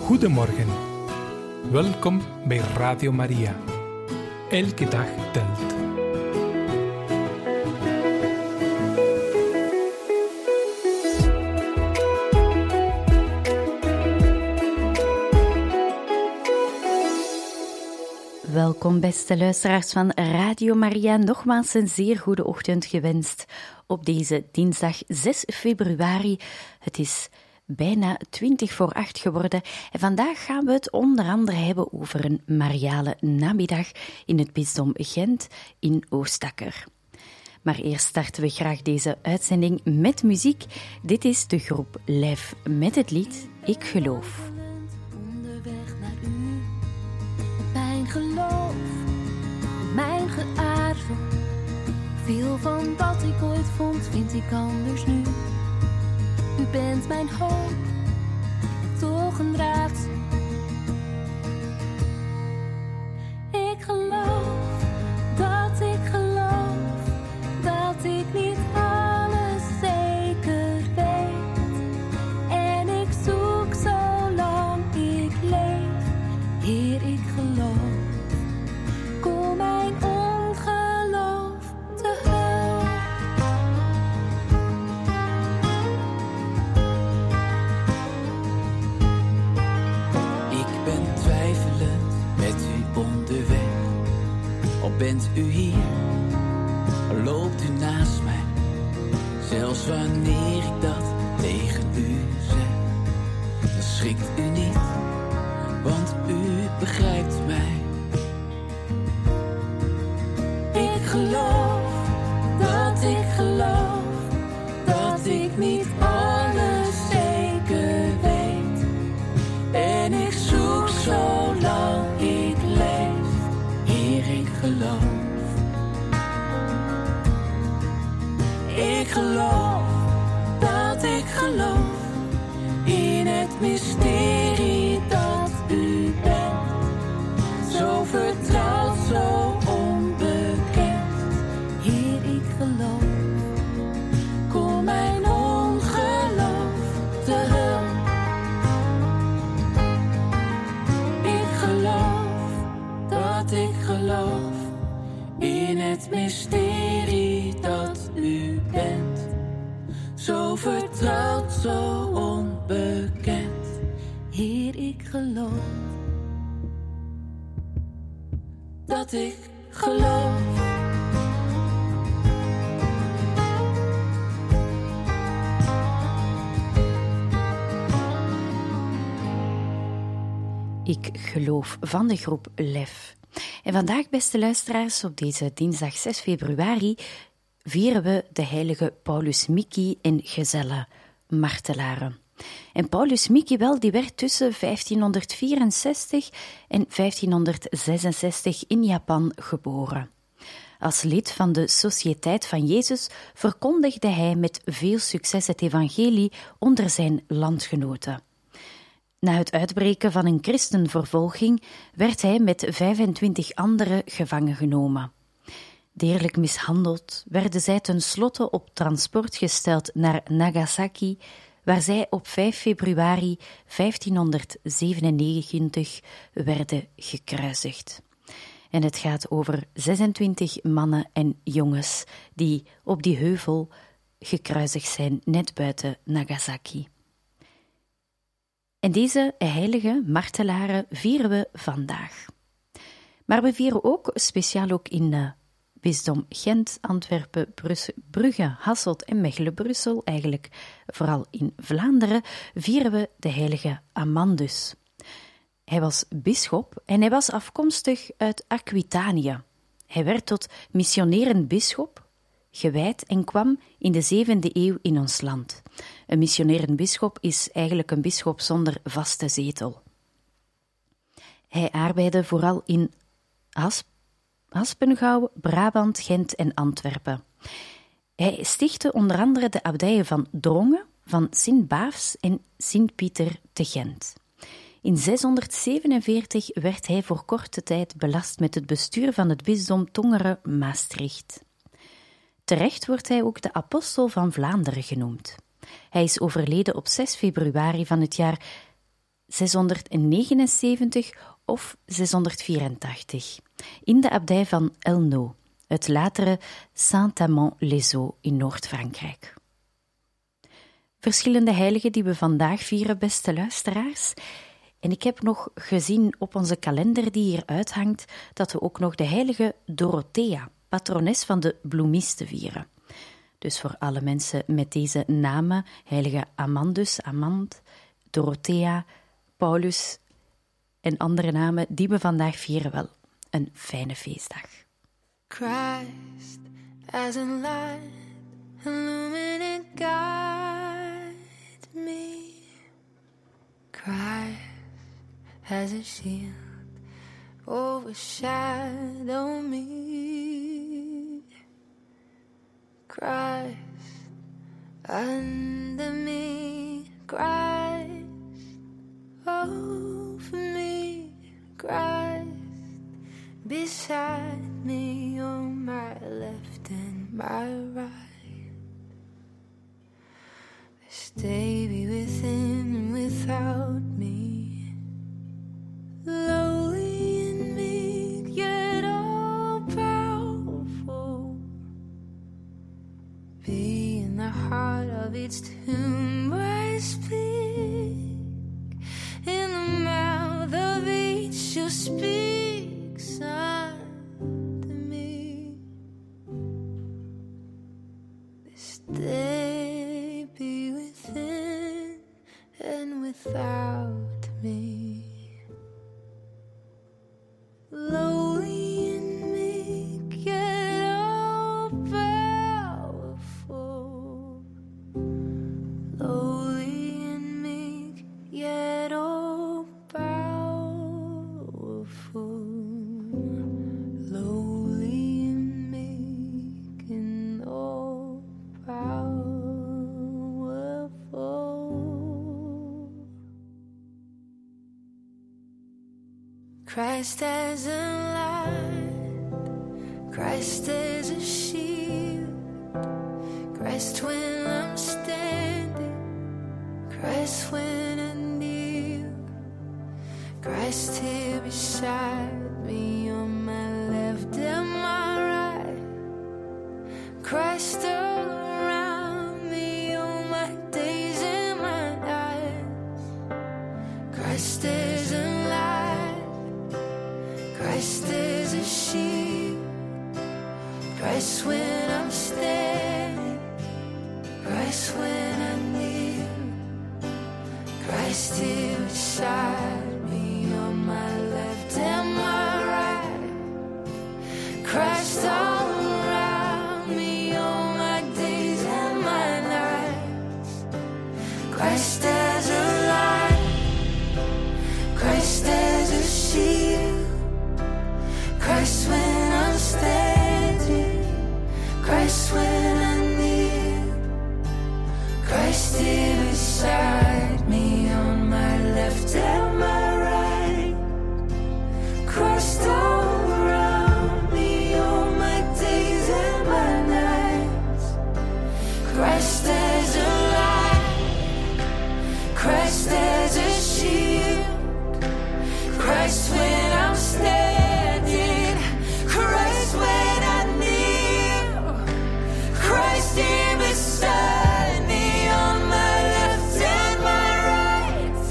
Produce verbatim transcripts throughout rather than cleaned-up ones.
Goedemorgen. Welkom bij Radio Maria. Elke dag telt. Welkom beste luisteraars van Radio Maria, nogmaals een zeer goede ochtend gewenst op deze dinsdag zes februari. Het is bijna twintig voor acht geworden en vandaag gaan we het onder andere hebben over een Mariale namiddag in het bisdom Gent in Oostakker. Maar eerst starten we graag deze uitzending met muziek. Dit is de groep Lef met het lied Ik Geloof. Onderweg naar u, mijn geloof, mijn geaarzel. Veel van wat ik ooit vond, vind ik anders nu. U bent mijn hoop, en toch een raadsel. Ik geloof, dat ik geloof, dat ik niet alles zeker weet. En ik zoek zolang ik leef, Heer, ik geloof. Kom mijn ongeloof te hulp. Ik ben twijfelend met u onderweg. Al bent u hier, al loopt u naast mij. Zelfs wanneer ik dat tegen u zeg, dan schrikt u niet, want u begrijpt mij. Ik geloof, dat ik geloof, dat ik niet alles zeker weet. En ik zoek zolang ik leef, Heer, ik geloof. Ik geloof, dat ik geloof in het mysterie dat u bent. Zo vertrouwd, zo onbekend. Heer, ik geloof. Kom mijn ongeloof te hulp. Ik geloof, dat ik geloof in het mysterie dat u bent. Zo vertrouwd, zo onbekend. Heer, ik geloof. Dat ik geloof. Ik geloof van de groep Lef. En vandaag, beste luisteraars, op deze dinsdag zes februari vieren we de heilige Paulus Miki en gezellen, martelaren. En Paulus Miki wel, die werd tussen vijftienhonderdvierenzestig en vijftienhonderdzesenzestig in Japan geboren. Als lid van de Sociëteit van Jezus verkondigde hij met veel succes het evangelie onder zijn landgenoten. Na het uitbreken van een christenvervolging werd hij met vijfentwintig anderen gevangen genomen. Deerlijk mishandeld werden zij tenslotte op transport gesteld naar Nagasaki, waar zij op vijf februari vijftienhonderdzevenennegentig werden gekruisigd. En het gaat over zesentwintig mannen en jongens die op die heuvel gekruisigd zijn net buiten Nagasaki. En deze heilige martelaren vieren we vandaag. Maar we vieren ook, speciaal ook in uh, bisdom Gent, Antwerpen, Brussel, Brugge, Hasselt en Mechelen-Brussel, eigenlijk vooral in Vlaanderen, vieren we de heilige Amandus. Hij was bisschop en hij was afkomstig uit Aquitanië. Hij werd tot missionerend bisschop gewijd en kwam in de zevende eeuw in ons land. Een missionerend bisschop is eigenlijk een bisschop zonder vaste zetel. Hij arbeidde vooral in Asp, Aspengouw, Brabant, Gent en Antwerpen. Hij stichtte onder andere de abdijen van Drongen, van Sint-Baafs en Sint-Pieter te Gent. In zeshonderdzevenenveertig werd hij voor korte tijd belast met het bestuur van het bisdom Tongeren-Maastricht. Terecht wordt hij ook de apostel van Vlaanderen genoemd. Hij is overleden op zes februari van het jaar zeshonderdnegenenzeventig of zeshonderdvierentachtig, in de abdij van Elno, het latere Saint-Amand-les-Eaux in Noord-Frankrijk. Verschillende heiligen die we vandaag vieren, beste luisteraars. En ik heb nog gezien op onze kalender die hier uithangt, dat we ook nog de heilige Dorothea, patrones van de bloemisten, vieren. Dus voor alle mensen met deze namen, heilige Amandus, Amand, Dorothea, Paulus en andere namen, die we vandaag vieren, wel een fijne feestdag. Christ as a light, illuminate, guide me. Christ as a shield, overshadow me. Christ under me, Christ over me, Christ beside me, on my left and my right. Stay be within and without me, lowly and meek, yet all powerful. Be in the heart of its tomb, I speak. In the mouth of each you speak, Son, to me. This day be within and without me, lowly and meek, yet all powerful. Lowly and meek, yet all powerful. Lowly and meek and all powerful. Christ as a light, Christ as a shield, Christ when I'm standing, Christ when I kneel, Christ here beside me, on my left and my right, Christ all around me, all my days and my nights. Christ is a light, Christ is a shield, Christ when I'm standing, Christ when I kneel, Christ here beside me, on my left and my right, Christ all around me, all my days and my nights. Christ as a light, Christ as a shield, Christ when I'm standing, Christ when I kneel, Christ here beside me, on my left and my right, Christ all around me, all my days and my nights. Christ as a light, Christ as a shield, Christ when I'm standing, Christ when I kneel, Christ here beside me, on my left and my right,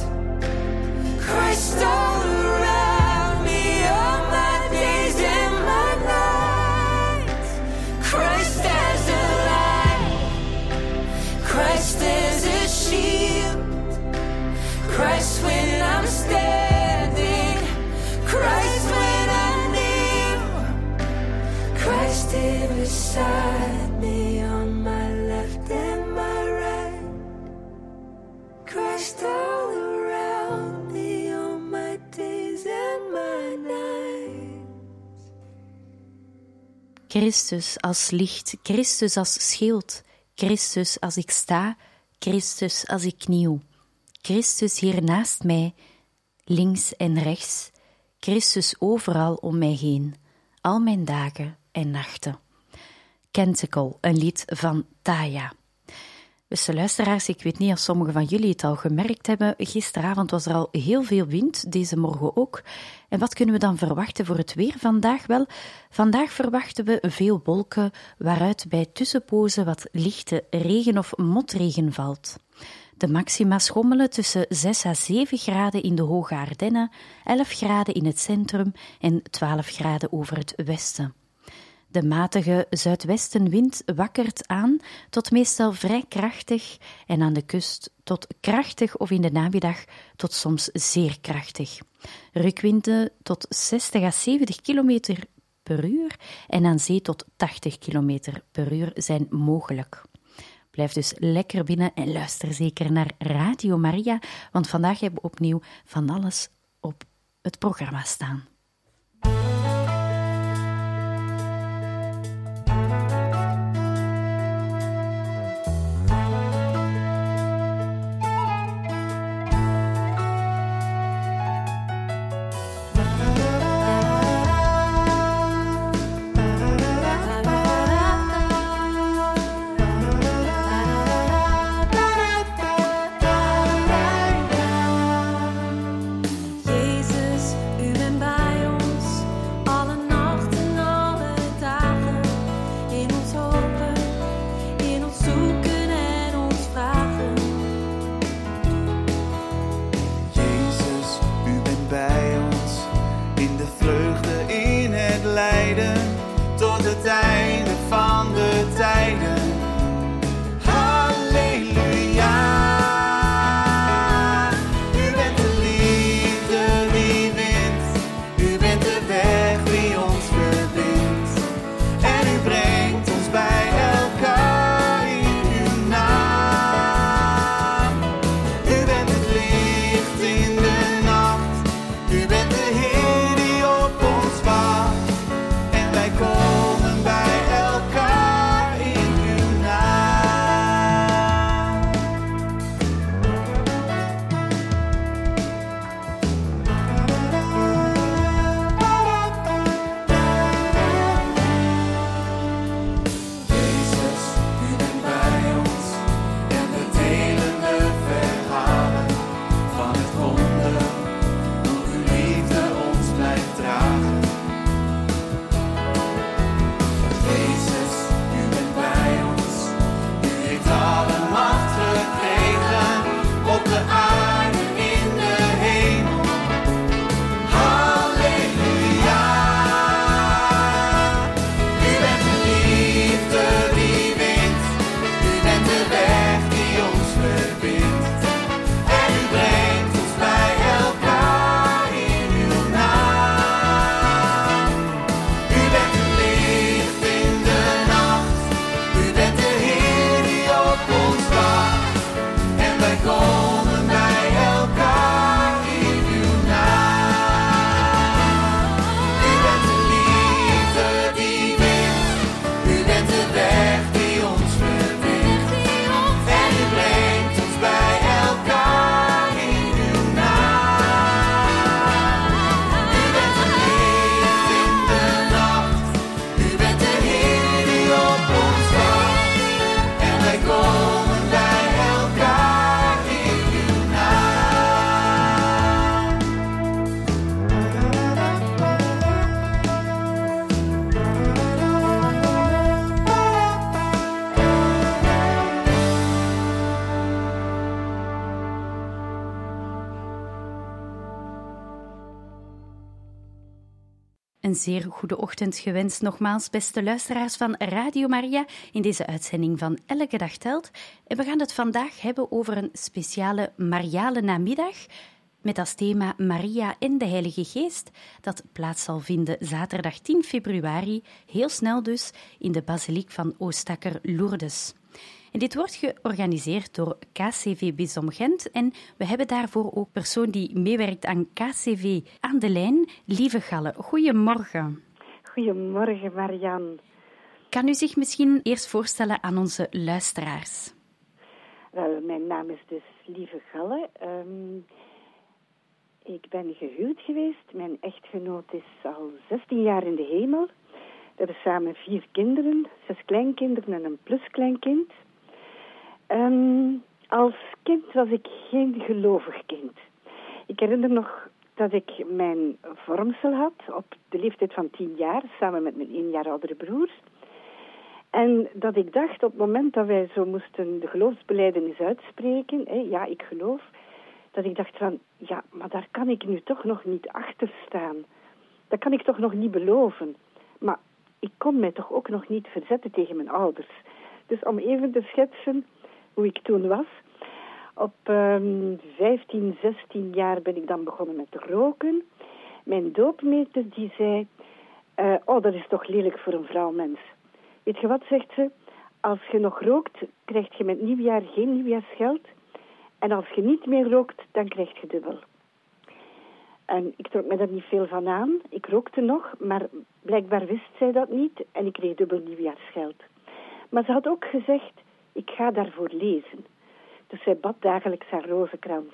Christ all around me, all my days and my nights. Christ as a light, Christ as a shield, Christ when I'm standing, Christ when I kneel, Christ here beside me, on my left and my right, Christ all around me, all my days and my nights. Christus als licht, Christus als schild, Christus als ik sta, Christus als ik kniel. Christus hier naast mij, links en rechts, Christus overal om mij heen, al mijn dagen en nachten. Canticle, een lied van Taya. Beste luisteraars, ik weet niet of sommigen van jullie het al gemerkt hebben. Gisteravond was er al heel veel wind, deze morgen ook. En wat kunnen we dan verwachten voor het weer vandaag? Wel, vandaag verwachten we veel wolken, waaruit bij tussenpozen wat lichte regen of motregen valt. De maxima schommelen tussen zes à zeven graden in de Hoge Ardennen, elf graden in het centrum en twaalf graden over het westen. De matige zuidwestenwind wakkert aan tot meestal vrij krachtig en aan de kust tot krachtig of in de namiddag tot soms zeer krachtig. Rukwinden tot zestig à zeventig kilometer per uur en aan zee tot tachtig kilometer per uur zijn mogelijk. Blijf dus lekker binnen en luister zeker naar Radio Maria, want vandaag hebben we opnieuw van alles op het programma staan. Een zeer goede ochtend gewenst nogmaals, beste luisteraars van Radio Maria, in deze uitzending van Elke Dag Telt. En we gaan het vandaag hebben over een speciale Mariale namiddag, met als thema Maria en de Heilige Geest, dat plaats zal vinden zaterdag tien februari, heel snel dus, in de basiliek van Oostakker-Lourdes. En dit wordt georganiseerd door K C V Bisdom Gent en we hebben daarvoor ook persoon die meewerkt aan K C V aan de lijn, Lieve Galle. Goedemorgen. Goedemorgen, Marianne. Kan u zich misschien eerst voorstellen aan onze luisteraars? Wel, mijn naam is dus Lieve Galle. Um, ik ben gehuwd geweest. Mijn echtgenoot is al zestien jaar in de hemel. We hebben samen vier kinderen, zes kleinkinderen en een pluskleinkind. Um, als kind was ik geen gelovig kind. Ik herinner nog dat ik mijn vormsel had op de leeftijd van tien jaar, samen met mijn één jaar oudere broer. En dat ik dacht, op het moment dat wij zo moesten de geloofsbelijdenis uitspreken, hè, ja, ik geloof, dat ik dacht van, ja, maar daar kan ik nu toch nog niet achter staan. Dat kan ik toch nog niet beloven. Maar ik kon mij toch ook nog niet verzetten tegen mijn ouders. Dus om even te schetsen hoe ik toen was. Op um, vijftien, zestien jaar ben ik dan begonnen met roken. Mijn doopmeester die zei, uh, oh, dat is toch lelijk voor een vrouwmens. Weet je wat, zegt ze? Als je nog rookt, krijg je met nieuwjaar geen nieuwjaarsgeld. En als je niet meer rookt, dan krijg je dubbel. En ik trok me daar niet veel van aan. Ik rookte nog, maar blijkbaar wist zij dat niet. En ik kreeg dubbel nieuwjaarsgeld. Maar ze had ook gezegd, ik ga daarvoor lezen. Dus zij bad dagelijks haar rozenkrans.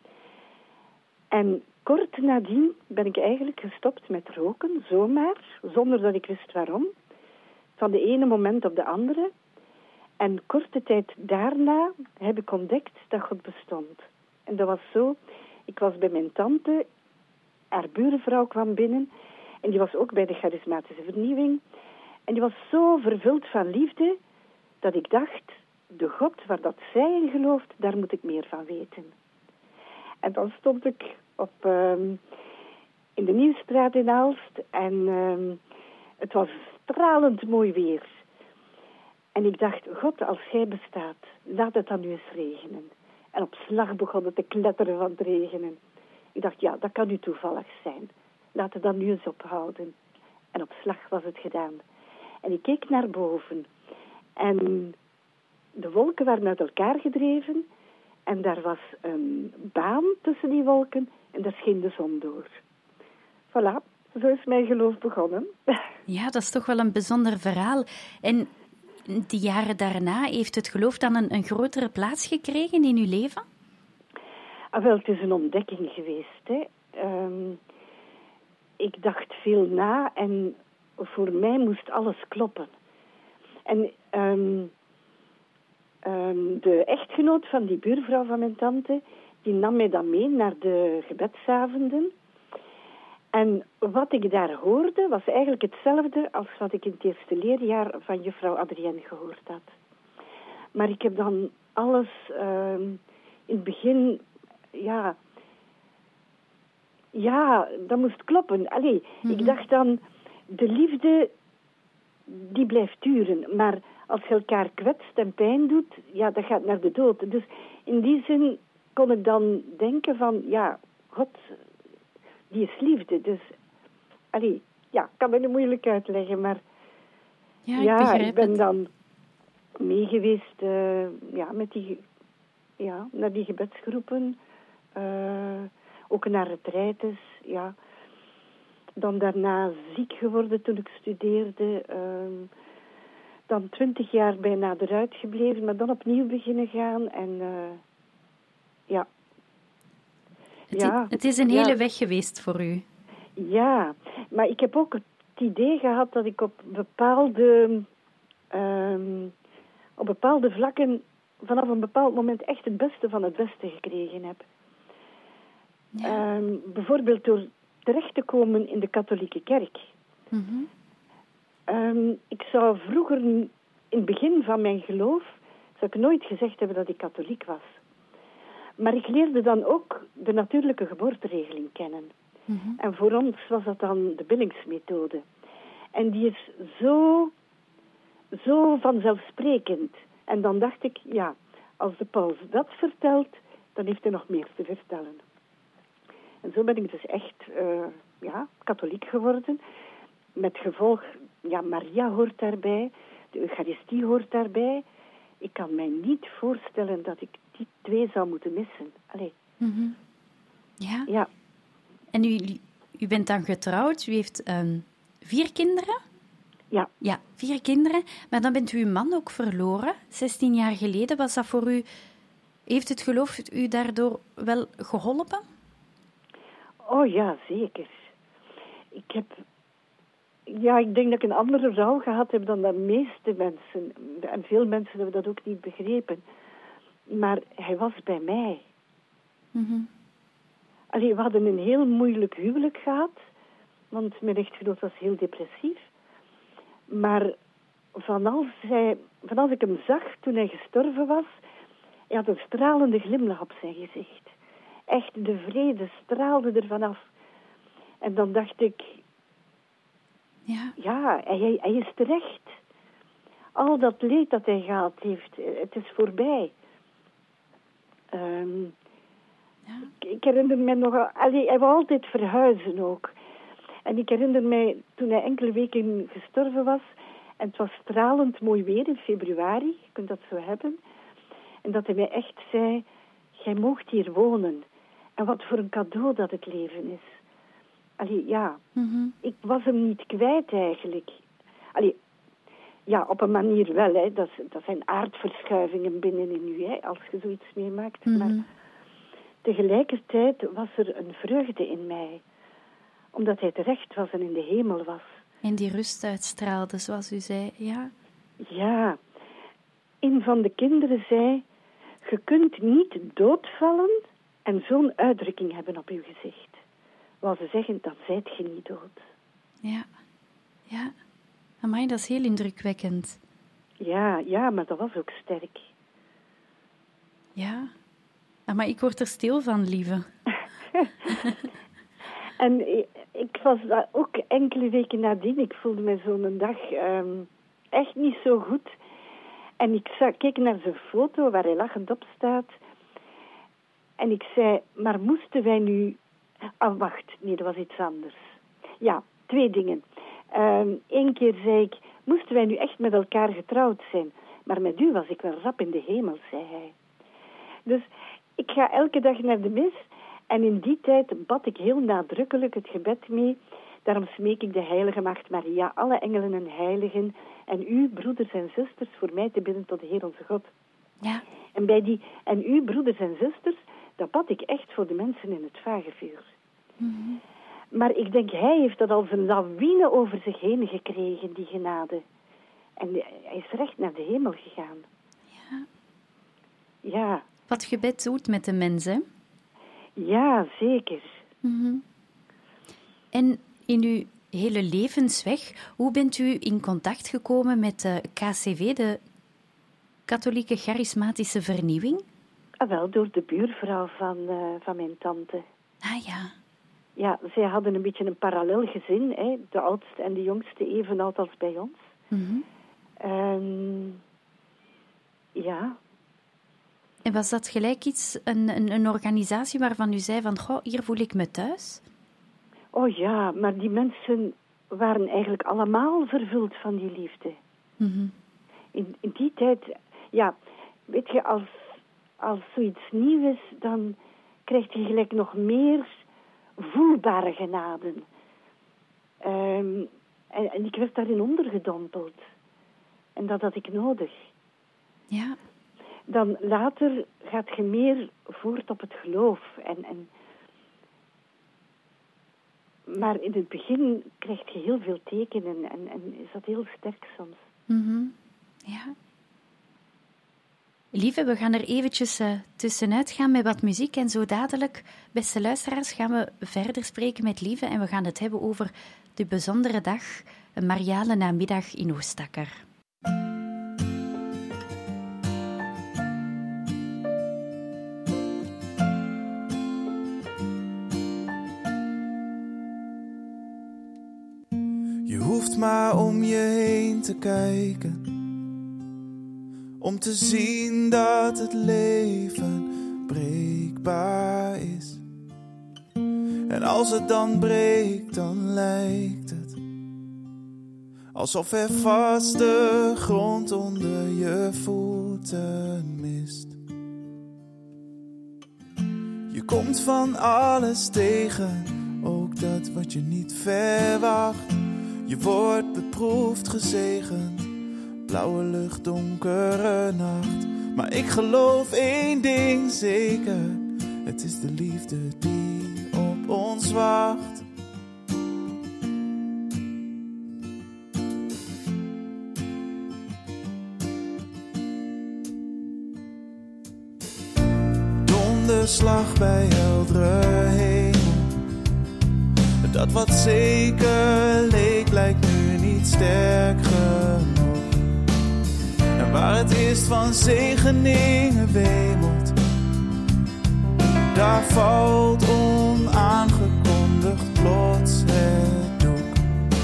En kort nadien ben ik eigenlijk gestopt met roken, zomaar, zonder dat ik wist waarom. Van de ene moment op de andere. En korte tijd daarna heb ik ontdekt dat God bestond. En dat was zo, ik was bij mijn tante, haar buurvrouw kwam binnen. En die was ook bij de charismatische vernieuwing. En die was zo vervuld van liefde, dat ik dacht, de God waar dat zij in gelooft, daar moet ik meer van weten. En dan stond ik op, um, in de Nieuwstraat in Aalst en um, het was stralend mooi weer. En ik dacht, God, als jij bestaat, laat het dan nu eens regenen. En op slag begon het te kletteren van het regenen. Ik dacht, ja, dat kan nu toevallig zijn. Laat het dan nu eens ophouden. En op slag was het gedaan. En ik keek naar boven. En de wolken waren uit elkaar gedreven. En daar was een baan tussen die wolken. En daar scheen de zon door. Voilà, zo is mijn geloof begonnen. Ja, dat is toch wel een bijzonder verhaal. En de jaren daarna, heeft het geloof dan een, een grotere plaats gekregen in uw leven? Ah, wel, het is een ontdekking geweest. Hè. Um, ik dacht veel na en voor mij moest alles kloppen. En um, um, de echtgenoot van die buurvrouw van mijn tante, die nam mij dan mee naar de gebedsavonden. En wat ik daar hoorde, was eigenlijk hetzelfde als wat ik in het eerste leerjaar van juffrouw Adrienne gehoord had. Maar ik heb dan alles uh, in het begin, ja, ja, dat moest kloppen. Allee, mm-hmm. Ik dacht dan, de liefde, die blijft duren. Maar als je elkaar kwetst en pijn doet, ja, dat gaat naar de dood. Dus in die zin kon ik dan denken van, ja, God, die is liefde. Dus, allee, ja, ik kan me niet moeilijk uitleggen, maar ja, ik, ja, ik ben het. dan mee geweest uh, ja, met die, ja, naar die gebedsgroepen, uh, ook naar retraites, ja. Dan daarna ziek geworden toen ik studeerde, uh, dan twintig jaar bijna eruit gebleven, maar dan opnieuw beginnen gaan en uh, ja. Het, ja. het is een hele ja. weg geweest voor u. Ja, maar ik heb ook het idee gehad dat ik op bepaalde, um, op bepaalde vlakken vanaf een bepaald moment echt het beste van het beste gekregen heb. Ja. Um, bijvoorbeeld door terecht te komen in de katholieke kerk. Mm-hmm. Um, ik zou vroeger, in het begin van mijn geloof, zou ik nooit gezegd hebben dat ik katholiek was. Maar ik leerde dan ook de natuurlijke geboorteregeling kennen. Mm-hmm. En voor ons was dat dan de Billingsmethode. En die is zo, zo vanzelfsprekend. En dan dacht ik, ja, als de paus dat vertelt, dan heeft hij nog meer te vertellen. En zo ben ik dus echt uh, ja, katholiek geworden. Met gevolg, ja, Maria hoort daarbij, de Eucharistie hoort daarbij. Ik kan mij niet voorstellen dat ik die twee zou moeten missen. Allee. Mm-hmm. Ja. Ja. En u, u bent dan getrouwd, u heeft um, vier kinderen? Ja. Ja, vier kinderen. Maar dan bent u uw man ook verloren, zestien jaar geleden. Was dat voor u, heeft het geloof u daardoor wel geholpen? Oh ja, zeker. Ik heb, ja, ik denk dat ik een andere rouw gehad heb dan de meeste mensen. En veel mensen hebben dat ook niet begrepen. Maar hij was bij mij. Mm-hmm. Allee, we hadden een heel moeilijk huwelijk gehad. Want mijn echtgenoot was heel depressief. Maar van als, hij, van als ik hem zag toen hij gestorven was... Hij had een stralende glimlach op zijn gezicht. Echt, de vrede straalde er vanaf. En dan dacht ik... Ja. Ja, hij, hij is terecht. Al dat leed dat hij gehad heeft, het is voorbij. Um, ja. ik, ik herinner me nog... Allee, hij wou altijd verhuizen ook. En ik herinner mij, toen hij enkele weken gestorven was... En het was stralend mooi weer in februari. Je kunt dat zo hebben. En dat hij mij echt zei... Jij moogt hier wonen. En wat voor een cadeau dat het leven is. Allee, ja. Mm-hmm. Ik was hem niet kwijt eigenlijk. Allee, ja, op een manier wel. Hè. Dat, dat zijn aardverschuivingen binnenin u, hè, als je zoiets meemaakt. Mm-hmm. Maar tegelijkertijd was er een vreugde in mij. Omdat hij terecht was en in de hemel was. En die rust uitstraalde, zoals u zei, ja? Ja. Een van de kinderen zei... Je kunt niet doodvallen en zo'n uitdrukking hebben op uw gezicht. Wou ze zeggen, dan zijt je niet dood. Ja. Ja. Amai, dat is heel indrukwekkend. Ja, ja, maar dat was ook sterk. Ja. Maar ik word er stil van, lieve. En ik was daar ook enkele weken nadien. Ik voelde me zo'n dag um, echt niet zo goed. En ik zag, keek naar zijn foto waar hij lachend op staat. En ik zei, maar moesten wij nu... Ah, wacht. Nee, dat was iets anders. Ja, twee dingen. Eén um, keer zei ik, moesten wij nu echt met elkaar getrouwd zijn? Maar met u was ik wel rap in de hemel, zei hij. Dus ik ga elke dag naar de mis... En in die tijd bad ik heel nadrukkelijk het gebed mee. Daarom smeek ik de heilige Maagd Maria, alle engelen en heiligen... en u, broeders en zusters, voor mij te bidden tot de Heer onze God. Ja. En bij die, en u, broeders en zusters, dat bad ik echt voor de mensen in het vagevuur. Mm-hmm. Maar ik denk, hij heeft dat als een lawine over zich heen gekregen, die genade. En hij is recht naar de hemel gegaan. Ja. Ja. Wat gebed doet met de mensen. Ja, zeker. Mm-hmm. En in uw hele levensweg, hoe bent u in contact gekomen met de K C V, de Katholieke Charismatische Vernieuwing? Ah, wel, door de buurvrouw van, uh, van mijn tante. Ah ja. Ja, zij hadden een beetje een parallel gezin, hè? De oudste en de jongste even oud als bij ons. Mm-hmm. Um, ja... En was dat gelijk iets, een, een, een organisatie waarvan u zei van, goh, hier voel ik me thuis? Oh ja, maar die mensen waren eigenlijk allemaal vervuld van die liefde. Mm-hmm. In, in die tijd, ja, weet je, als, als zoiets nieuw is, dan krijg je gelijk nog meer voelbare genaden. Um, en, en ik werd daarin ondergedompeld. En dat had ik nodig. Ja. Dan later gaat je meer voort op het geloof. En, en... Maar in het begin krijg je heel veel tekenen en, en is dat heel sterk soms. Mm-hmm. Ja. Lieve, we gaan er eventjes uh, tussenuit gaan met wat muziek. En zo dadelijk, beste luisteraars, gaan we verder spreken met Lieve. En we gaan het hebben over de bijzondere dag, een Mariale namiddag in Oostakker. Je hoeft maar om je heen te kijken, om te zien dat het leven breekbaar is. En als het dan breekt, dan lijkt het alsof er vaste grond onder je voeten mist. Je komt van alles tegen, ook dat wat je niet verwacht. Je wordt beproefd, gezegend, blauwe lucht, donkere nacht. Maar ik geloof één ding zeker, het is de liefde die op ons wacht. slag bij heldere hemel. Dat wat zeker leek, lijkt nu niet sterk genoeg. En waar het eerst van zegeningen wemelt, daar valt onaangekondigd plots het doek.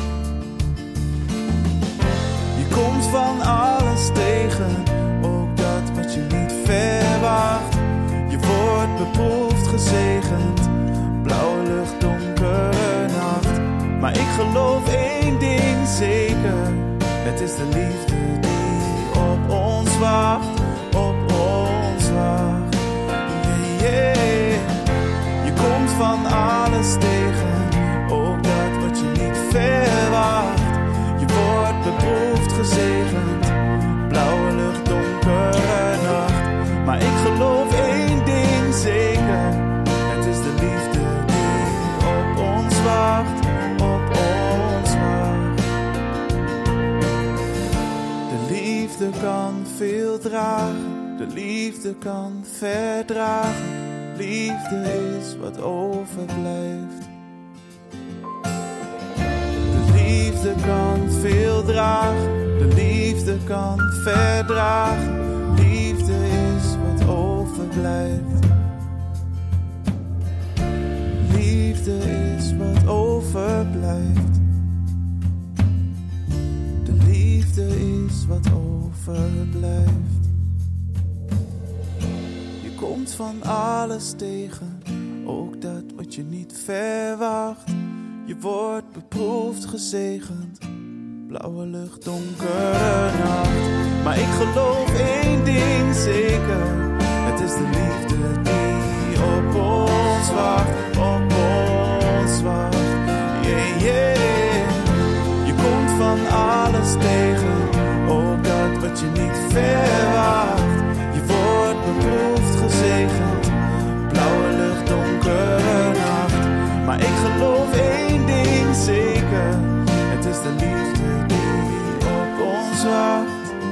Je komt van alles tegen, ook dat wat je niet verwacht. Je wordt beproefd, gezegend, blauwe lucht, donkere nacht. Maar ik geloof één ding zeker, het is de liefde die op ons wacht, op ons wacht. Yeah, yeah. Je komt van alles tegen, ook dat wat je niet verwacht. Je wordt beproefd, gezegend, blauwe lucht, donkere nacht. Maar ik geloof één ding zeker, het is de liefde die op ons wacht, op ons wacht. De liefde kan veel dragen, de liefde kan verdragen. Liefde is wat overblijft. De liefde kan veel dragen, de liefde kan verdragen. Liefde is wat overblijft. Liefde is wat overblijft. De liefde is wat overblijft. Je komt van alles tegen, ook dat wat je niet verwacht. Je wordt beproefd, gezegend, blauwe lucht, donkere nacht. Maar ik geloof één ding zeker, het is de liefde die op ons wacht, op ons wacht. Yeah, yeah. Je komt van alles tegen, ook dat wat je niet verwacht. Je wordt beproefd, gezegend, blauwe lucht, donkere nacht. Maar ik geloof één ding zeker, het is de liefde die op ons wacht.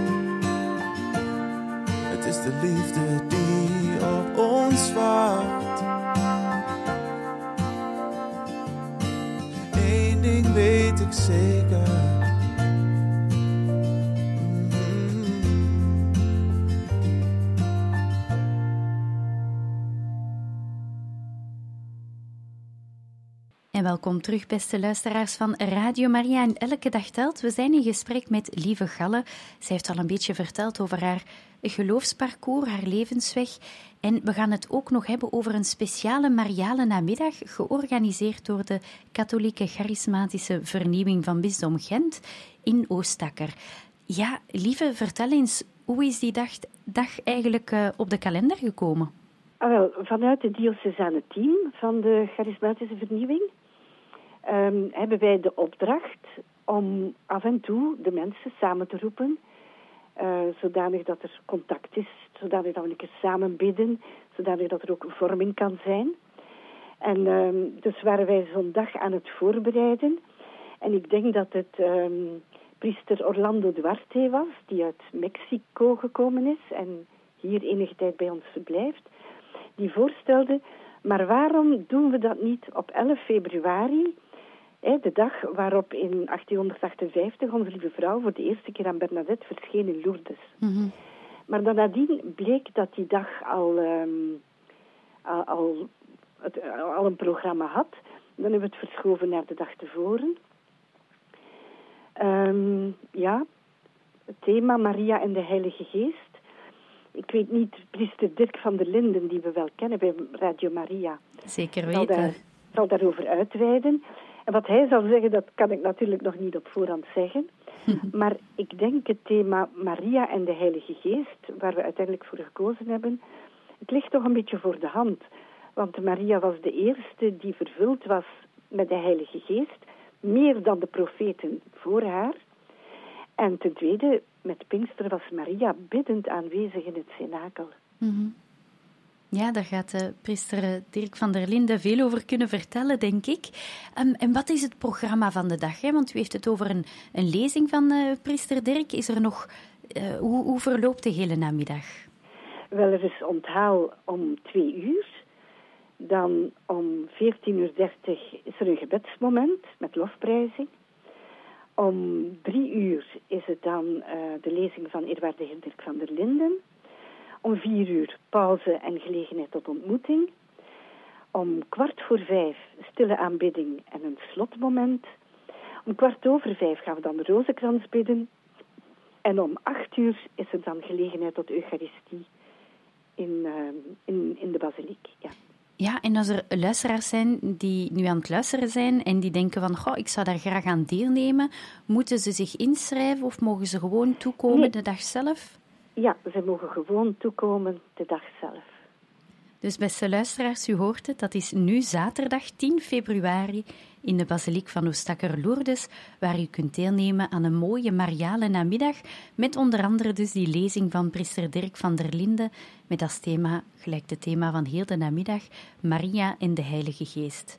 Het is de liefde die op ons wacht. Eén ding weet ik zeker. En welkom terug, beste luisteraars van Radio Maria en Elke Dag Telt. We zijn in gesprek met Lieve Galle. Zij heeft al een beetje verteld over haar geloofsparcours, haar levensweg. En we gaan het ook nog hebben over een speciale Mariale namiddag, georganiseerd door de katholieke charismatische vernieuwing van Bisdom Gent in Oostakker. Ja, Lieve, vertel eens, hoe is die dag, dag eigenlijk uh, op de kalender gekomen? Ah, wel, vanuit het diocesane team van de charismatische vernieuwing Um, hebben wij de opdracht om af en toe de mensen samen te roepen, uh, zodanig dat er contact is, zodanig dat we een keer samen bidden, zodanig dat er ook vorming kan zijn. En um, dus waren wij zo'n dag aan het voorbereiden. En ik denk dat het um, priester Orlando Duarte was, die uit Mexico gekomen is en hier enige tijd bij ons verblijft, die voorstelde, maar waarom doen we dat niet op elf februari... de dag waarop in achttienhonderdachtenvijftig onze lieve vrouw voor de eerste keer aan Bernadette verscheen in Lourdes. Mm-hmm. Maar dan nadien bleek dat die dag al, um, al, al, het, al een programma had. Dan hebben we het verschoven naar de dag tevoren. Um, ja, het thema Maria en de Heilige Geest. Ik weet niet, priester Dirk van der Linden, die we wel kennen bij Radio Maria. Zeker weten. Zal, daar, zal daarover uitweiden. En wat hij zal zeggen, dat kan ik natuurlijk nog niet op voorhand zeggen. Maar ik denk het thema Maria en de Heilige Geest, waar we uiteindelijk voor gekozen hebben, het ligt toch een beetje voor de hand. Want Maria was de eerste die vervuld was met de Heilige Geest, meer dan de profeten voor haar. En ten tweede, met Pinkster was Maria biddend aanwezig in het cenakel. Mm-hmm. Ja, daar gaat uh, priester Dirk van der Linden veel over kunnen vertellen, denk ik. Um, en wat is het programma van de dag? Hè? Want u heeft het over een, een lezing van uh, priester Dirk. Is er nog, uh, hoe, hoe verloopt de hele namiddag? Wel, er is onthaal om twee uur. Dan om veertien uur dertig is er een gebedsmoment met lofprijzing. Om drie uur is het dan uh, de lezing van eerwaardige Dirk van der Linden. Om vier uur pauze en gelegenheid tot ontmoeting. Om kwart voor vijf stille aanbidding en een slotmoment. Om kwart over vijf gaan we dan de rozenkrans bidden. En om acht uur is er dan gelegenheid tot eucharistie in, uh, in, in de basiliek. Ja. Ja, en als er luisteraars zijn die nu aan het luisteren zijn en die denken van, goh, ik zou daar graag aan deelnemen, moeten ze zich inschrijven of mogen ze gewoon toekomen nee. de dag zelf? Ja, ze mogen gewoon toekomen de dag zelf. Dus beste luisteraars, u hoort het, dat is nu zaterdag tien februari in de basiliek van Oostakker-Lourdes, waar u kunt deelnemen aan een mooie mariale namiddag met onder andere dus die lezing van priester Dirk van der Linden met als thema, gelijk het thema van heel de namiddag, Maria en de Heilige Geest.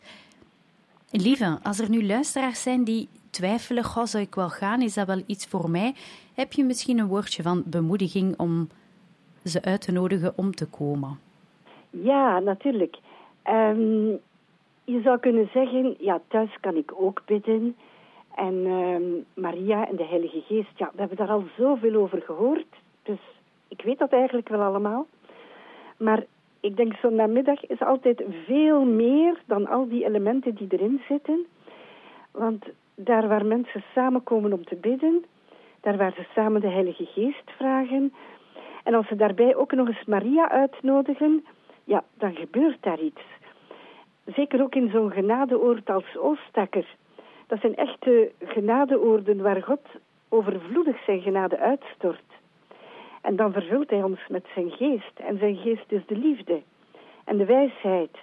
Lieve, als er nu luisteraars zijn die twijfelen, goh, zou ik wel gaan, is dat wel iets voor mij? Heb je misschien een woordje van bemoediging om ze uit te nodigen om te komen? Ja, natuurlijk. Um, je zou kunnen zeggen, ja, thuis kan ik ook bidden. En um, Maria en de Heilige Geest, ja, we hebben daar al zoveel over gehoord. Dus ik weet dat eigenlijk wel allemaal. Maar ik denk, zo'n namiddag is altijd veel meer dan al die elementen die erin zitten. Want daar waar mensen samenkomen om te bidden, daar waar ze samen de Heilige Geest vragen. En als ze daarbij ook nog eens Maria uitnodigen, ja, dan gebeurt daar iets. Zeker ook in zo'n genadeoord als Oostakker. Dat zijn echte genadeoorden waar God overvloedig zijn genade uitstort. En dan vervult hij ons met zijn geest. En zijn geest is de liefde en de wijsheid.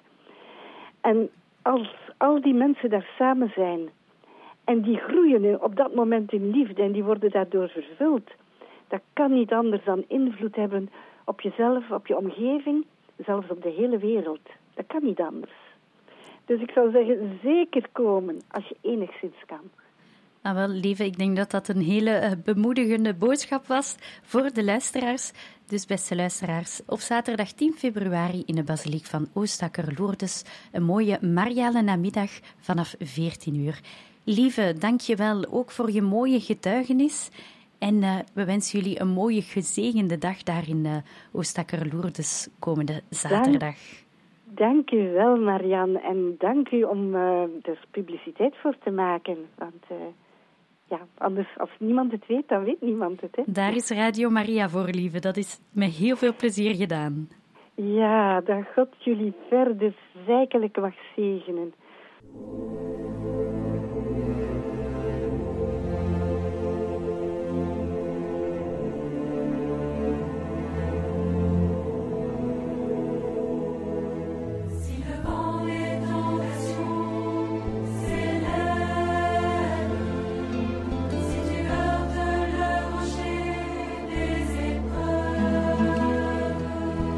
En als al die mensen daar samen zijn en die groeien op dat moment in liefde en die worden daardoor vervuld, dat kan niet anders dan invloed hebben op jezelf, op je omgeving, zelfs op de hele wereld. Dat kan niet anders. Dus ik zou zeggen, zeker komen als je enigszins kan. Nou wel, lieve, ik denk dat dat een hele uh, bemoedigende boodschap was voor de luisteraars. Dus beste luisteraars, op zaterdag tien februari in de basiliek van Oostakker-Lourdes een mooie mariale namiddag vanaf veertien uur. Lieve, dank je wel ook voor je mooie getuigenis. En uh, we wensen jullie een mooie gezegende dag daar in uh, Oostakker-Lourdes komende zaterdag. Dank, dank u wel, Marianne. En dank u om uh, er publiciteit voor te maken. Want uh, ja, anders, als niemand het weet, dan weet niemand het. Hè? Daar is Radio Maria voor, lieve. Dat is met heel veel plezier gedaan. Ja, dat God jullie verder rijkelijk mag zegenen.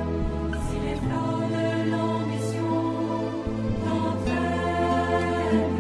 Thank you.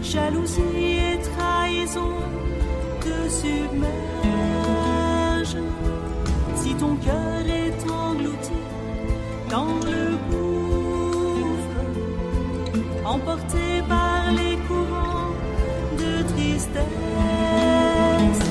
jalousie et trahison te submergent. Si ton cœur est englouti dans le gouffre, emporté par les courants de tristesse,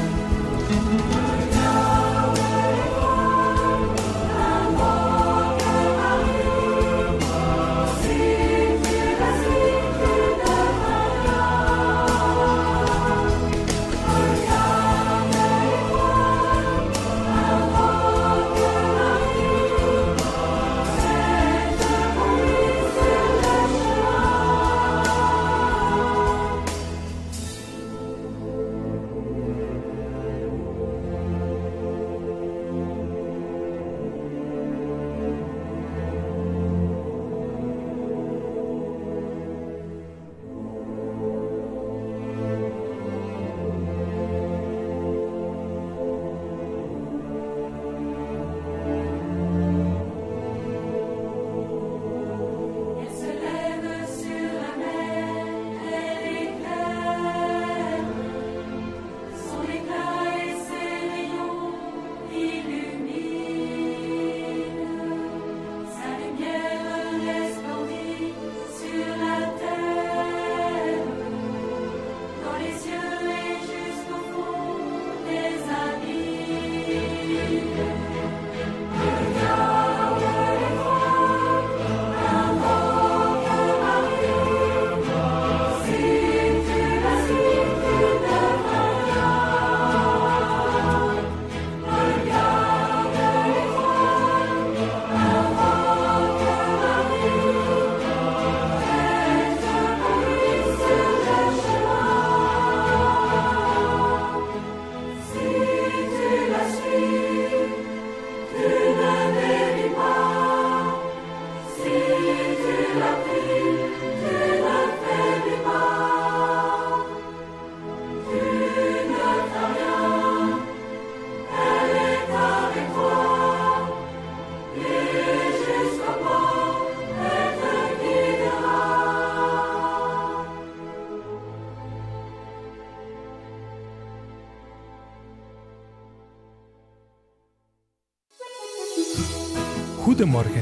Goedemorgen.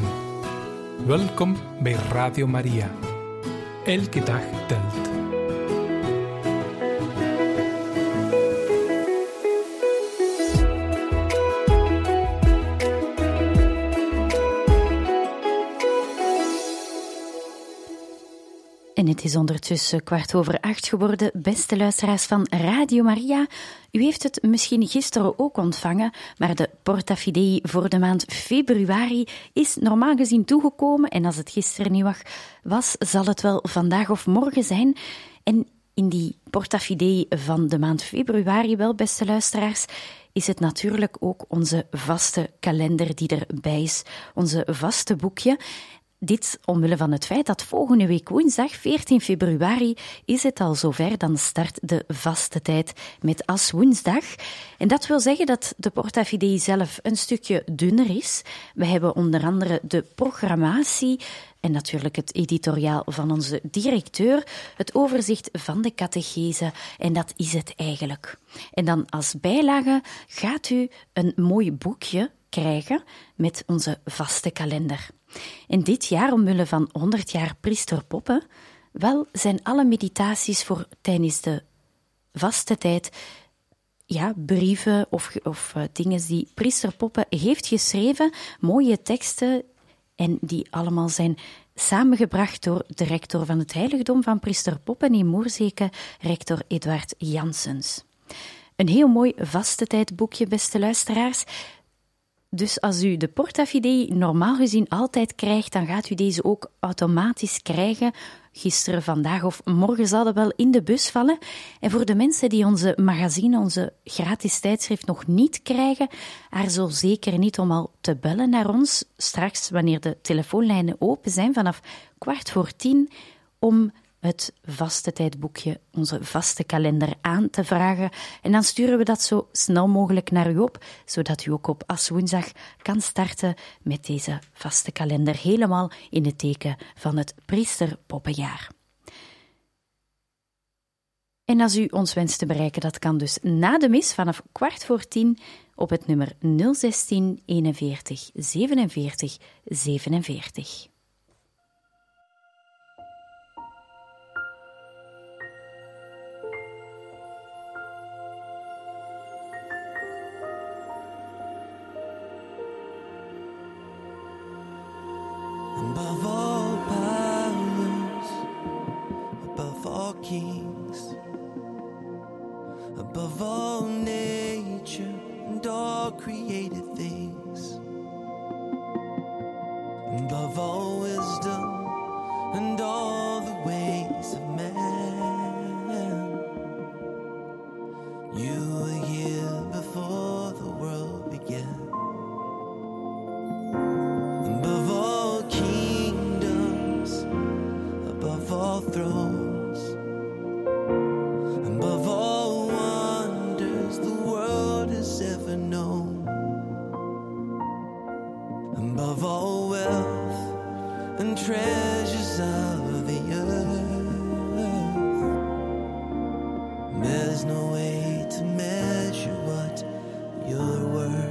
Welkom bij Radio Maria. Elke dag telt. En het is ondertussen kwart over acht geworden, beste luisteraars van Radio Maria. U heeft het misschien gisteren ook ontvangen, maar de Porta Fidei voor de maand februari is normaal gezien toegekomen. En als het gisteren niet was, zal het wel vandaag of morgen zijn. En in die Porta Fidei van de maand februari, wel, beste luisteraars, is het natuurlijk ook onze vaste kalender die erbij is, onze vaste boekje. Dit omwille van het feit dat volgende week woensdag, veertien februari, is het al zover, dan start de vaste tijd met Aswoensdag. En dat wil zeggen dat de Porta Fidei zelf een stukje dunner is. We hebben onder andere de programmatie en natuurlijk het editoriaal van onze directeur, het overzicht van de catechese, en dat is het eigenlijk. En dan als bijlage gaat u een mooi boekje krijgen met onze vaste kalender. En dit jaar, omwille van honderd jaar Priester Poppe, wel zijn alle meditaties voor tijdens de vaste tijd, ja, brieven of, of uh, dingen die Priester Poppe heeft geschreven, mooie teksten, en die allemaal zijn samengebracht door de rector van het heiligdom van Priester Poppe in Moorzeke, rector Eduard Janssens. Een heel mooi vaste tijdboekje, beste luisteraars. Dus als u de Porta Fidei normaal gezien altijd krijgt, dan gaat u deze ook automatisch krijgen. Gisteren, vandaag of morgen zal dat wel in de bus vallen. En voor de mensen die onze magazine, onze gratis tijdschrift nog niet krijgen, aarzel zeker niet om al te bellen naar ons, straks wanneer de telefoonlijnen open zijn, vanaf kwart voor tien, om het vaste tijdboekje, onze vaste kalender aan te vragen. En dan sturen we dat zo snel mogelijk naar u op, zodat u ook op Aswoensdag kan starten met deze vaste kalender, helemaal in het teken van het Priester Poppenjaar. En als u ons wenst te bereiken, dat kan dus na de mis vanaf kwart voor tien op het nummer nul zestien eenenveertig zevenenveertig zevenenveertig. Above all powers, above all kings, above all nature and all created things, above all wisdom and all the ways of man. You were here before the world began. Above all kingdoms, above all thrones, above all wonders the world has ever known, above all wealth and treasures of the earth, there's no way to measure what you're worth.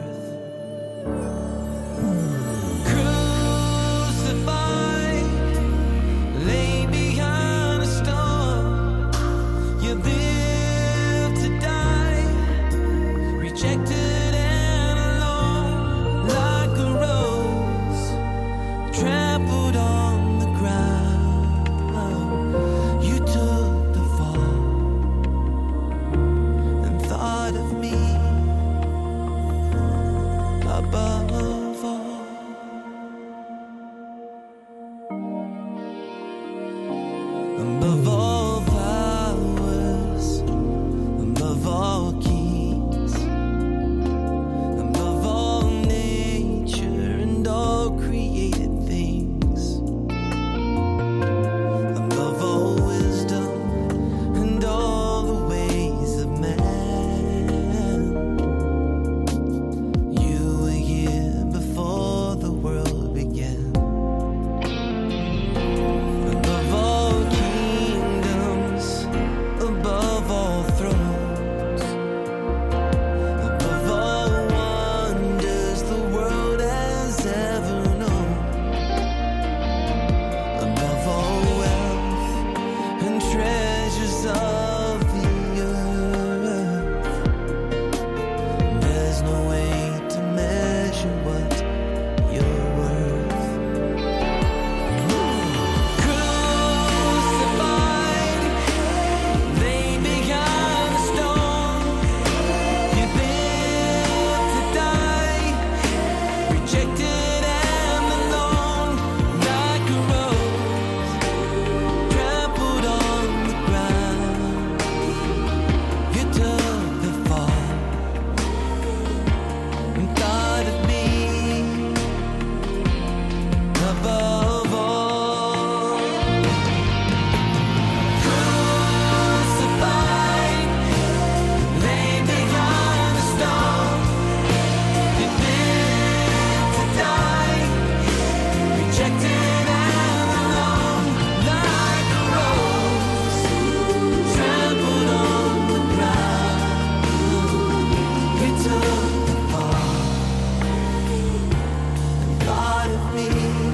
Above all powers, above all kings, above all nature and all created things, above all wisdom and all the ways of man. You were here before the world began. Above all kingdoms, above all thrones, above all wonders the world has ever known, above all wealth and treasures of the earth, there's no way to measure what you're worth. Crucified, laid behind the stone, you lived to die, rejected and alone, like a rose, trampled on the ground. You took the fall and thought of me above all. Crucified, laid behind the stone, you lived to die, rejected and alone, like a rose, trampled on the ground. You took the fall and thought of me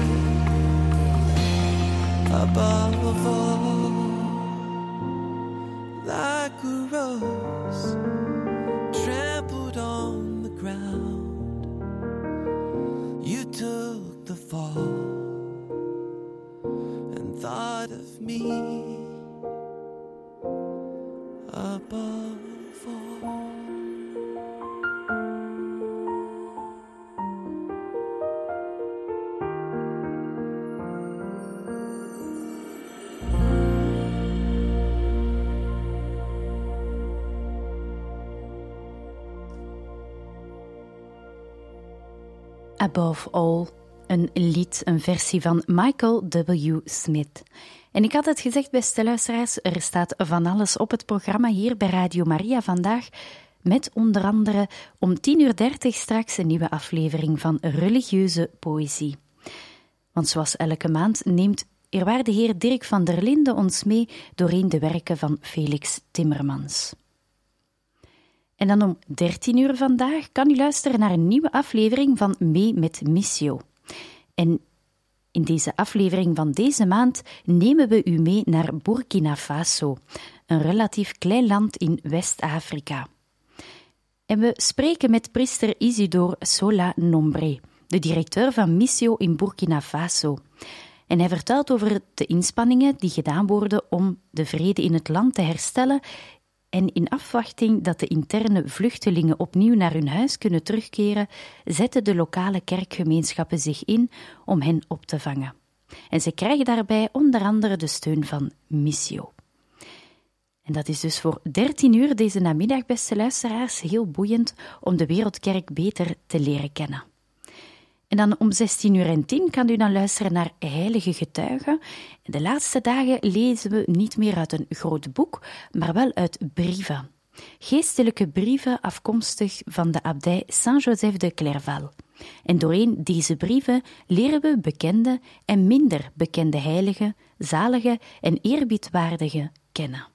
above all, like a rose, trampled on the ground. You took the fall and thought of me above all. Above All, een lied, een versie van Michael W. Smith. En ik had het gezegd, beste luisteraars, er staat van alles op het programma hier bij Radio Maria vandaag, met onder andere om tien uur dertig straks een nieuwe aflevering van Religieuze Poëzie. Want zoals elke maand neemt eerwaarde heer Dirk van der Linden ons mee doorheen de werken van Felix Timmermans. En dan om dertien uur vandaag kan u luisteren naar een nieuwe aflevering van Mee met Missio. En in deze aflevering van deze maand nemen we u mee naar Burkina Faso, een relatief klein land in West-Afrika. En we spreken met priester Isidore Sola Nombre, de directeur van Missio in Burkina Faso. En hij vertelt over de inspanningen die gedaan worden om de vrede in het land te herstellen en in afwachting dat de interne vluchtelingen opnieuw naar hun huis kunnen terugkeren, zetten de lokale kerkgemeenschappen zich in om hen op te vangen. En ze krijgen daarbij onder andere de steun van Missio. En dat is dus voor dertien uur deze namiddag, beste luisteraars, heel boeiend om de Wereldkerk beter te leren kennen. En dan om zestien uur en tien kan u dan luisteren naar Heilige Getuigen. De laatste dagen lezen we niet meer uit een groot boek, maar wel uit brieven. Geestelijke brieven afkomstig van de abdij Saint-Joseph de Clairval. En doorheen deze brieven leren we bekende en minder bekende heiligen, zalige en eerbiedwaardige kennen.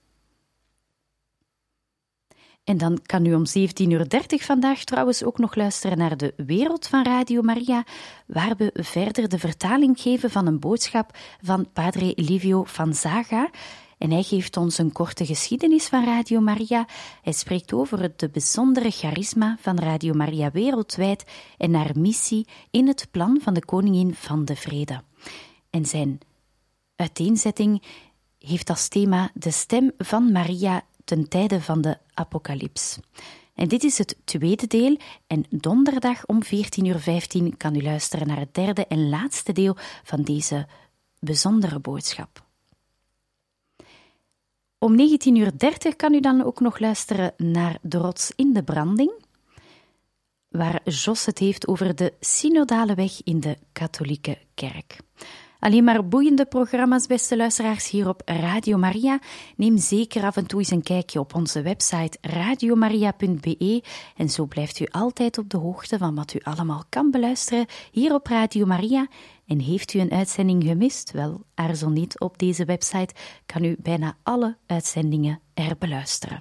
En dan kan u om zeventien uur dertig vandaag trouwens ook nog luisteren naar de Wereld van Radio Maria, waar we verder de vertaling geven van een boodschap van Padre Livio Fanzaga. En hij geeft ons een korte geschiedenis van Radio Maria. Hij spreekt over het de bijzondere charisma van Radio Maria wereldwijd en haar missie in het plan van de Koningin van de Vrede. En zijn uiteenzetting heeft als thema de stem van Maria ten tijde van de apocalyps. En dit is het tweede deel en donderdag om veertien uur vijftien kan u luisteren naar het derde en laatste deel van deze bijzondere boodschap. Om negentien uur dertig kan u dan ook nog luisteren naar De Rots in de Branding, waar Jos het heeft over de synodale weg in de katholieke kerk. Alleen maar boeiende programma's, beste luisteraars, hier op Radio Maria. Neem zeker af en toe eens een kijkje op onze website radiomaria punt be en zo blijft u altijd op de hoogte van wat u allemaal kan beluisteren hier op Radio Maria. En heeft u een uitzending gemist? Wel, aarzel niet, op deze website kan u bijna alle uitzendingen herbeluisteren.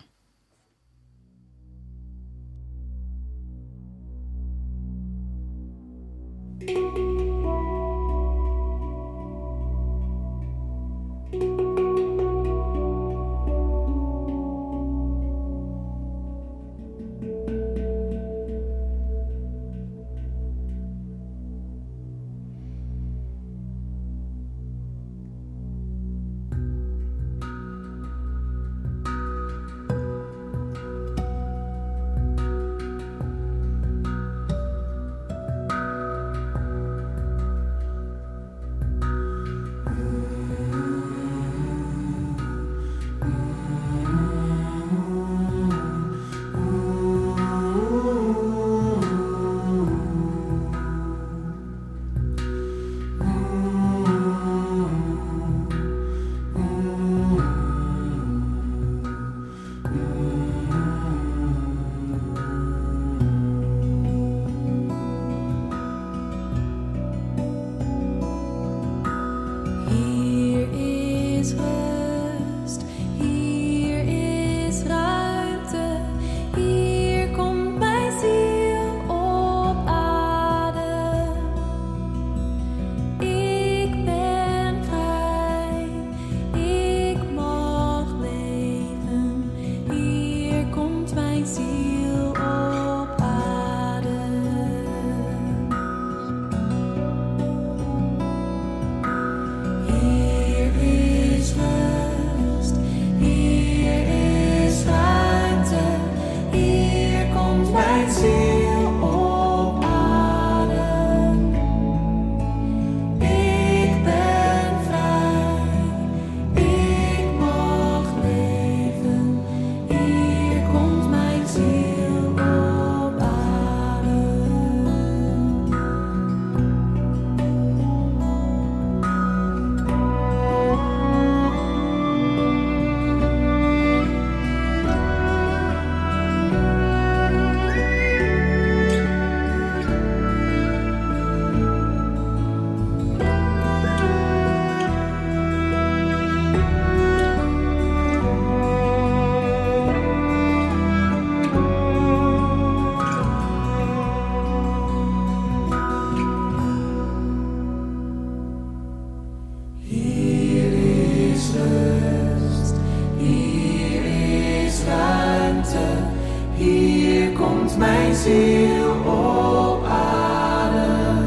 Hier komt mijn ziel op aarde.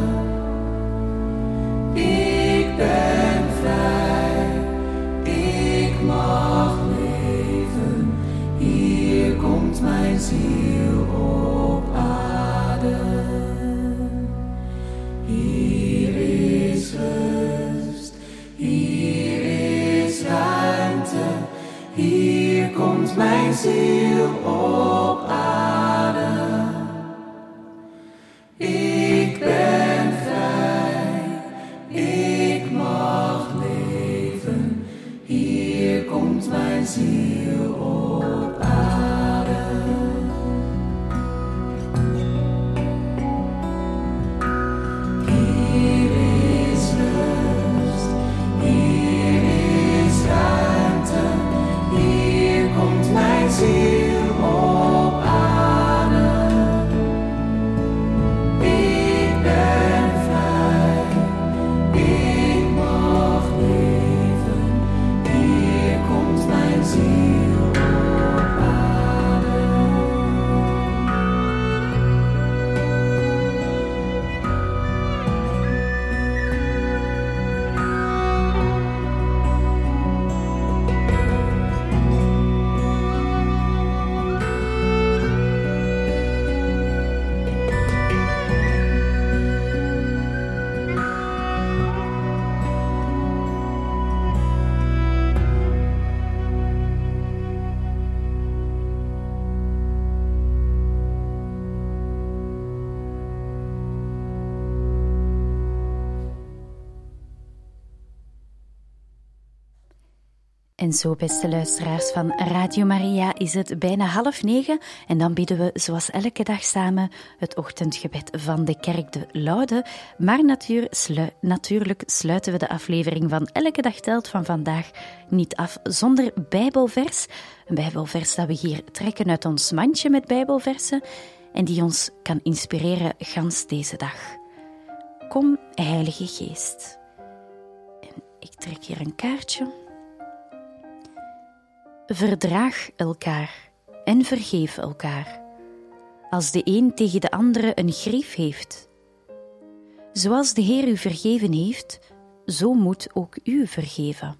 Ik ben vrij, ik mag leven. Hier komt mijn ziel op aarde. Hier is rust, hier is ruimte. Hier komt mijn ziel op aarde. Ik ben vrij, ik mag leven. Hier komt mijn ziel op aarde. Hier is rust, hier is ruimte. Hier komt mijn ziel op aarde. Ik ben vrij, ik mag leven. Hier komt mijn ziel op aarde. En zo, beste luisteraars van Radio Maria, is het bijna half negen en dan bidden we zoals elke dag samen het ochtendgebed van de Kerk de Laude. Maar natuur, slu- natuurlijk sluiten we de aflevering van Elke Dag Telt van vandaag niet af zonder Bijbelvers. Een Bijbelvers dat we hier trekken uit ons mandje met Bijbelversen en die ons kan inspireren gans deze dag. Kom, Heilige Geest. En ik trek hier een kaartje. Verdraag elkaar en vergeef elkaar, als de een tegen de andere een grief heeft. Zoals de Heer u vergeven heeft, zo moet ook u vergeven.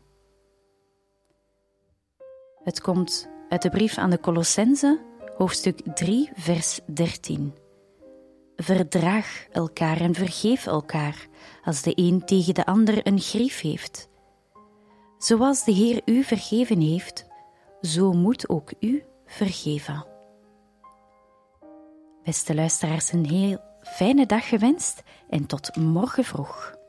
Het komt uit de brief aan de Colossenzen, hoofdstuk drie, vers dertien. Verdraag elkaar en vergeef elkaar, als de een tegen de ander een grief heeft. Zoals de Heer u vergeven heeft, zo moet ook u vergeven. Beste luisteraars, een heel fijne dag gewenst en tot morgen vroeg.